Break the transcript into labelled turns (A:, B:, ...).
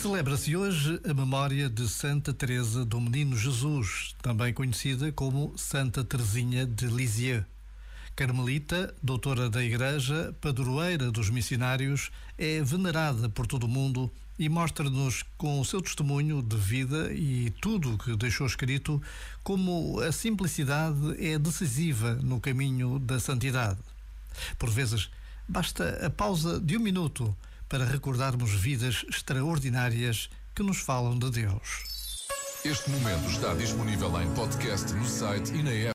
A: Celebra-se hoje a memória de Santa Teresa do Menino Jesus, também conhecida como Santa Teresinha de Lisieux. Carmelita, doutora da Igreja, padroeira dos missionários, é venerada por todo o mundo e mostra-nos, com o seu testemunho de vida e tudo o que deixou escrito, como a simplicidade é decisiva no caminho da santidade. Por vezes, basta a pausa de um minuto para recordarmos vidas extraordinárias que nos falam de Deus.
B: Este momento está disponível em podcast no site e na app.